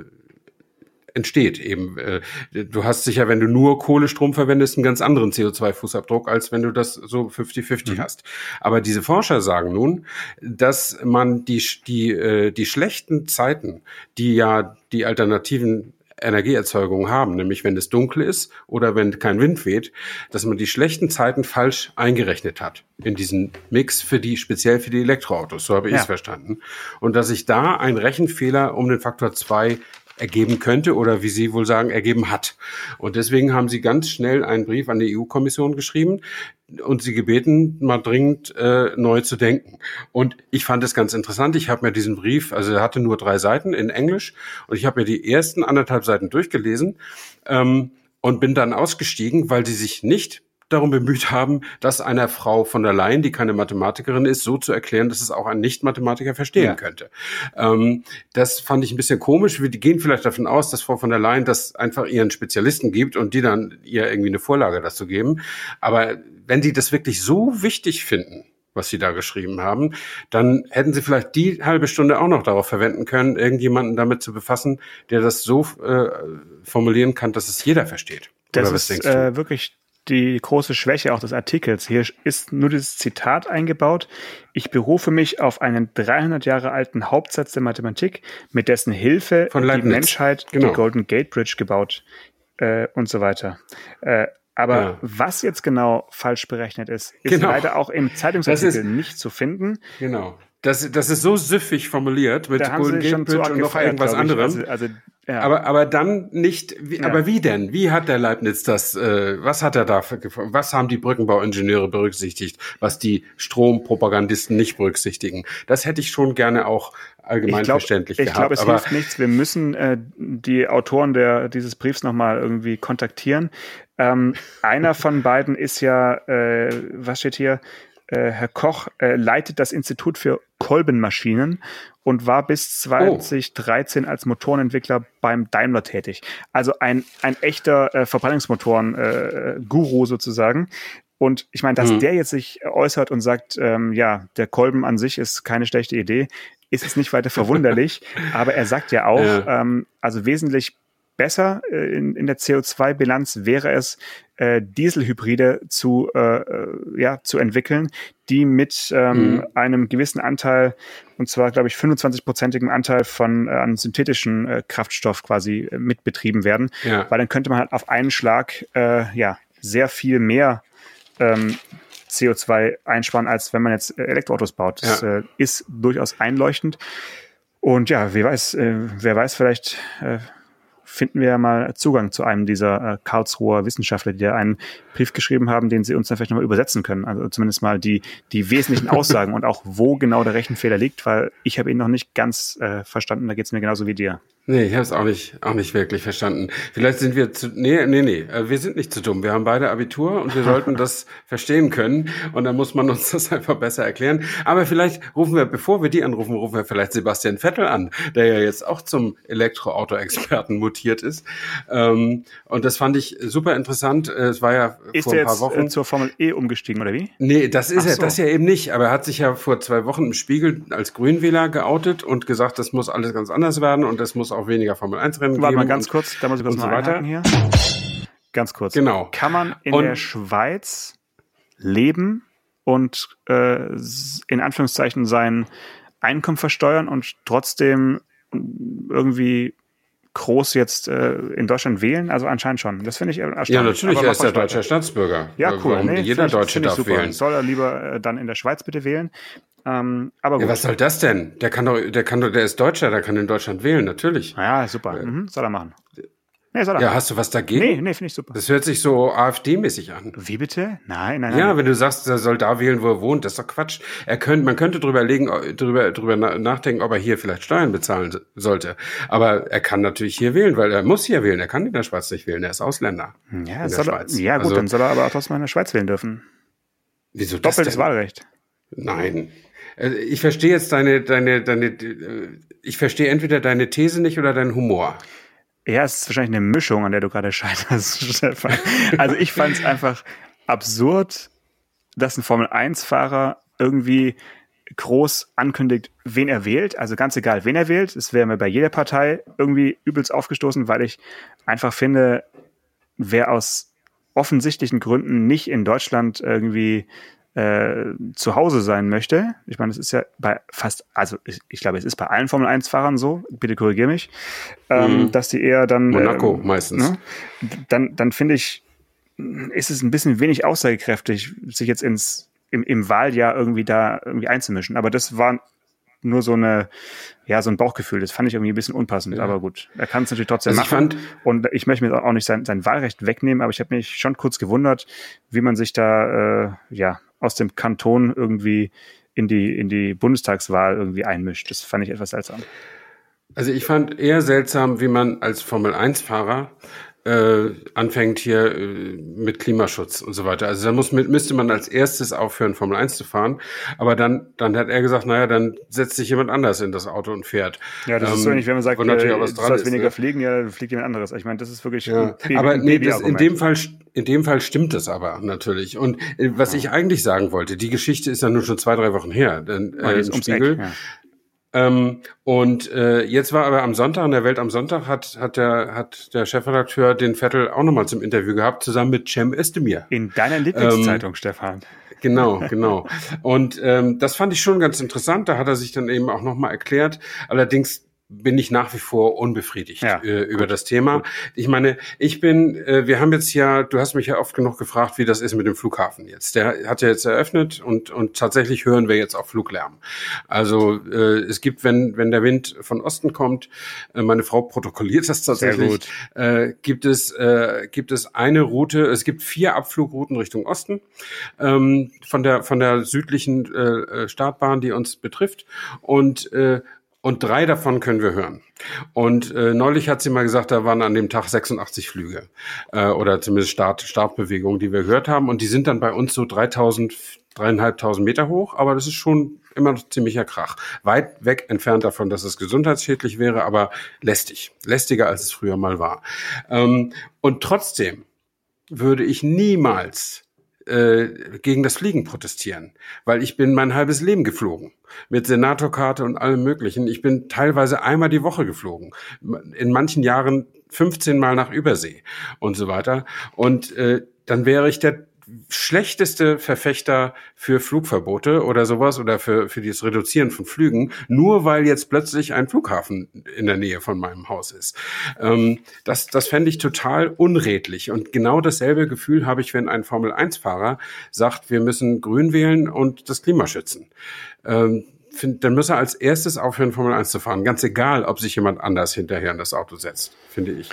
entsteht eben. Äh, du hast sicher, wenn du nur Kohlestrom verwendest, einen ganz anderen C O zwei Fußabdruck, als wenn du das so fünfzig fünfzig mhm. hast. Aber diese Forscher sagen nun, dass man die, die, äh, die schlechten Zeiten, die ja die alternativen Energieerzeugung haben, nämlich wenn es dunkel ist oder wenn kein Wind weht, dass man die schlechten Zeiten falsch eingerechnet hat in diesen Mix für die, speziell für die Elektroautos. So habe ich ja. es verstanden. Und dass sich da ein Rechenfehler um den Faktor zwei ergeben könnte oder wie Sie wohl sagen, ergeben hat. Und deswegen haben Sie ganz schnell einen Brief an die E U-Kommission geschrieben und Sie gebeten, mal dringend äh, neu zu denken. Und ich fand es ganz interessant. Ich habe mir diesen Brief, also er hatte nur drei Seiten in Englisch und ich habe mir die ersten anderthalb Seiten durchgelesen ähm, und bin dann ausgestiegen, weil sie sich nicht darum bemüht haben, das einer Frau von der Leyen, die keine Mathematikerin ist, so zu erklären, dass es auch ein Nicht-Mathematiker verstehen ja. könnte. Ähm, das fand ich ein bisschen komisch. Wir gehen vielleicht davon aus, dass Frau von der Leyen das einfach ihren Spezialisten gibt und die dann ihr irgendwie eine Vorlage dazu geben. Aber wenn die das wirklich so wichtig finden, was sie da geschrieben haben, dann hätten sie vielleicht die halbe Stunde auch noch darauf verwenden können, irgendjemanden damit zu befassen, der das so äh, formulieren kann, dass es jeder versteht. Das ist äh, wirklich die große Schwäche auch des Artikels. Hier ist nur dieses Zitat eingebaut. Ich berufe mich auf einen dreihundert Jahre alten Hauptsatz der Mathematik, mit dessen Hilfe die Menschheit genau. die Golden Gate Bridge gebaut äh, und so weiter. Äh, aber ja. was jetzt genau falsch berechnet ist, ist genau. leider auch im Zeitungsartikel ist, nicht zu finden. Genau. Das, das ist so süffig formuliert mit da Golden Gate Bridge und noch irgendwas anderem. Also, also, ja. aber, aber dann nicht, wie, ja. aber wie denn? Wie hat der Leibniz das, äh, was hat er da, für, was haben die Brückenbauingenieure berücksichtigt, was die Strompropagandisten nicht berücksichtigen? Das hätte ich schon gerne auch allgemein ich glaub, verständlich ich gehabt. Ich glaube, es hilft nichts. Wir müssen äh, die Autoren der, dieses Briefs nochmal irgendwie kontaktieren. Ähm, einer von beiden ist ja, äh, was steht hier? Äh, Herr Koch äh, leitet das Institut für Kolbenmaschinen und war bis zwanzig dreizehn oh. als Motorenentwickler beim Daimler tätig. Also ein, ein echter äh, Verbrennungsmotoren-Guru äh, sozusagen. Und ich meine, dass mhm. der jetzt sich äußert und sagt, ähm, ja, der Kolben an sich ist keine schlechte Idee, ist es nicht weiter verwunderlich. Aber er sagt ja auch, ja. Ähm, also wesentlich besser äh, in, in der C O zwei Bilanz wäre es, äh, Dieselhybride zu, äh, ja, zu entwickeln, die mit ähm, mhm. einem gewissen Anteil, und zwar, glaube ich, fünfundzwanzig-prozentigem Anteil von äh, an synthetischen äh, Kraftstoff quasi äh, mitbetrieben werden. Ja. Weil dann könnte man halt auf einen Schlag äh, ja sehr viel mehr ähm, C O zwei einsparen, als wenn man jetzt äh, Elektroautos baut. Das ja. äh, ist durchaus einleuchtend. Und ja, wer weiß, äh, wer weiß, vielleicht äh, finden wir ja mal Zugang zu einem dieser äh, Karlsruher Wissenschaftler, die da einen Brief geschrieben haben, den sie uns dann vielleicht nochmal übersetzen können. Also zumindest mal die, die wesentlichen Aussagen und auch, wo genau der Rechenfehler liegt, weil ich habe ihn noch nicht ganz äh, verstanden. Da geht es mir genauso wie dir. Nee, ich habe es auch nicht, auch nicht wirklich verstanden. Vielleicht sind wir zu, nee, nee, nee, wir sind nicht zu dumm. Wir haben beide Abitur und wir sollten das verstehen können. Und dann muss man uns das einfach besser erklären. Aber vielleicht rufen wir, bevor wir die anrufen, rufen wir vielleicht Sebastian Vettel an, der ja jetzt auch zum Elektroauto-Experten mutiert ist. Und das fand ich super interessant. Es war ja ist vor ein paar Wochen. Ist er jetzt zur Formel E umgestiegen, oder wie? Nee, das ist er, so. das ja eben nicht. Aber er hat sich ja vor zwei Wochen im Spiegel als Grünwähler geoutet und gesagt, das muss alles ganz anders werden und das muss auch weniger Formel eins Rennen Warte geben. mal ganz kurz, da muss ich kurz mal so einhaken hier. Ganz kurz. Genau. Kann man in und der Schweiz leben und äh, in Anführungszeichen sein Einkommen versteuern und trotzdem irgendwie groß jetzt äh, in Deutschland wählen? Also anscheinend schon. Das finde ich erstaunlich. Ja, natürlich, er ist der deutsche Staatsbürger. Ja, cool. Warum Nee, jeder ich, Deutsche darf super. wählen. Soll er lieber äh, dann in der Schweiz bitte wählen? Ähm, aber gut. Ja, was soll das denn? Der kann doch, der kann doch, der ist Deutscher, der kann in Deutschland wählen, natürlich. Ja, super. Mhm, soll er machen. Nee, soll er. Ja, hast du was dagegen? Nee, nee, finde ich super. Das hört sich so AfD-mäßig an. Wie bitte? Nein, nein, nein. Ja, wenn du sagst, er soll da wählen, wo er wohnt, das ist doch Quatsch. Er könnte, man könnte drüber legen, drüber, drüber nachdenken, ob er hier vielleicht Steuern bezahlen sollte. Aber er kann natürlich hier wählen, weil er muss hier wählen. Er kann in der Schweiz nicht wählen. Er ist Ausländer. Ja, in der soll er, Schweiz. ja gut, also, dann soll er aber auch trotzdem in der Schweiz wählen dürfen. Wieso das Doppeltes denn? Wahlrecht. Nein. Ich verstehe jetzt deine, deine, deine, ich verstehe entweder deine These nicht oder deinen Humor. Ja, es ist wahrscheinlich eine Mischung, an der du gerade scheiterst, Stefan. Also ich fand es einfach absurd, dass ein Formel eins Fahrer irgendwie groß ankündigt, wen er wählt. Also ganz egal, wen er wählt. Es wäre mir bei jeder Partei irgendwie übelst aufgestoßen, weil ich einfach finde, wer aus offensichtlichen Gründen nicht in Deutschland irgendwie äh, zu Hause sein möchte. Ich meine, das ist ja bei fast, also ich, ich glaube, es ist bei allen Formel eins Fahrern so, bitte korrigier mich, ähm, mhm. dass die eher dann Monaco ähm, meistens. Ne, dann, dann finde ich, ist es ein bisschen wenig aussagekräftig, sich jetzt ins im, im Wahljahr irgendwie da irgendwie einzumischen. Aber das war nur so eine, ja, so ein Bauchgefühl. Das fand ich irgendwie ein bisschen unpassend. Ja. Aber gut, er kann es natürlich trotzdem also machen. Ich fand, und ich möchte mir auch nicht sein, sein Wahlrecht wegnehmen, aber ich habe mich schon kurz gewundert, wie man sich da, äh, ja, aus dem Kanton irgendwie in die, in die Bundestagswahl irgendwie einmischt. Das fand ich etwas seltsam. Also ich fand eher seltsam, wie man als Formel eins Fahrer äh, anfängt hier äh, mit Klimaschutz und so weiter. Also da muss, müsste man als erstes aufhören, Formel eins zu fahren. Aber dann, dann hat er gesagt, naja, dann setzt sich jemand anders in das Auto und fährt. Ja, das ähm, ist so ähnlich, wenn man sagt, äh, du sollst weniger ne? fliegen, ja, dann fliegt jemand anderes. Ich meine, das ist wirklich ja. ein Baby, aber ein nee, das, in dem Fall, in dem Fall stimmt es aber natürlich. Und äh, was ja. ich eigentlich sagen wollte, die Geschichte ist ja nur schon zwei, drei Wochen her. Denn, äh, im Spiegel. Eck, ja. Ähm, und äh, jetzt war aber am Sonntag, in der Welt am Sonntag, hat hat der hat der Chefredakteur den Vettel auch nochmal zum Interview gehabt, zusammen mit Cem Özdemir. In deiner Lieblingszeitung, ähm, Stefan. Genau, genau. Und ähm, das fand ich schon ganz interessant. Da hat er sich dann eben auch nochmal erklärt. Allerdings bin ich nach wie vor unbefriedigt ja, äh, über gut, das Thema. Gut. Ich meine, ich bin, äh, wir haben jetzt ja, du hast mich ja oft genug gefragt, wie das ist mit dem Flughafen jetzt. Der hat ja jetzt eröffnet und und tatsächlich hören wir jetzt auch Fluglärm. Also äh, es gibt, wenn wenn der Wind von Osten kommt, äh, meine Frau protokolliert das tatsächlich, äh, gibt es äh, gibt es eine Route, es gibt vier Abflugrouten Richtung Osten ähm, von der von der südlichen äh, Startbahn, die uns betrifft und äh, Und drei davon können wir hören. Und äh, neulich hat sie mal gesagt, da waren an dem Tag sechsundachtzig Flüge äh, oder zumindest Start, Startbewegungen, die wir gehört haben. Und die sind dann bei uns so dreitausend, dreieinhalbtausend Meter hoch. Aber das ist schon immer noch ziemlicher Krach. Weit weg entfernt davon, dass es gesundheitsschädlich wäre, aber lästig. Lästiger, als es früher mal war. Ähm, und trotzdem würde ich niemals gegen das Fliegen protestieren, weil ich bin mein halbes Leben geflogen mit Senatorkarte und allem Möglichen. Ich bin teilweise einmal die Woche geflogen, in manchen Jahren fünfzehn Mal nach Übersee und so weiter. Und äh, dann wäre ich der schlechteste Verfechter für Flugverbote oder sowas oder für für das Reduzieren von Flügen, nur weil jetzt plötzlich ein Flughafen in der Nähe von meinem Haus ist. Ähm, das das fände ich total unredlich. Und genau dasselbe Gefühl habe ich, wenn ein Formel eins Fahrer sagt, wir müssen grün wählen und das Klima schützen. Ähm, find, dann muss er als erstes aufhören, Formel eins zu fahren. Ganz egal, ob sich jemand anders hinterher in das Auto setzt, finde ich.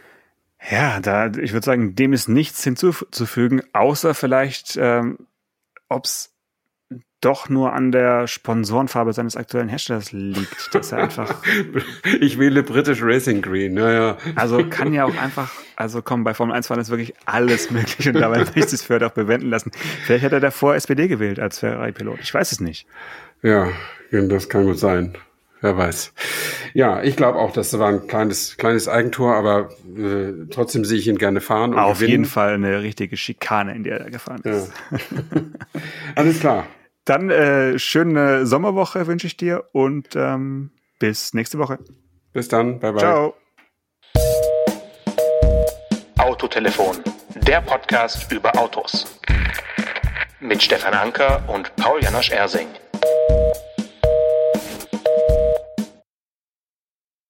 Ja, da, ich würde sagen, dem ist nichts hinzuzufügen, außer vielleicht, ähm, ob es doch nur an der Sponsorenfarbe seines aktuellen Herstellers liegt, dass er einfach... Ich wähle British Racing Green, naja. Also kann ja auch einfach, also komm, bei Formel eins fahren ist wirklich alles möglich und dabei möchte ich es für heute auch bewenden lassen. Vielleicht hat er davor S P D gewählt als Ferrari-Pilot, ich weiß es nicht. Ja, das kann gut sein. Wer weiß. Ja, ich glaube auch, das war ein kleines kleines Eigentor, aber äh, trotzdem sehe ich ihn gerne fahren. Und Auf gewinnen. jeden Fall eine richtige Schikane, in der er gefahren ist. Ja. Alles klar. Dann äh, schöne Sommerwoche wünsche ich dir und ähm, bis nächste Woche. Bis dann, bye bye. Ciao. Autotelefon, der Podcast über Autos. Mit Stefan Anker und Paul Janosch Ersing.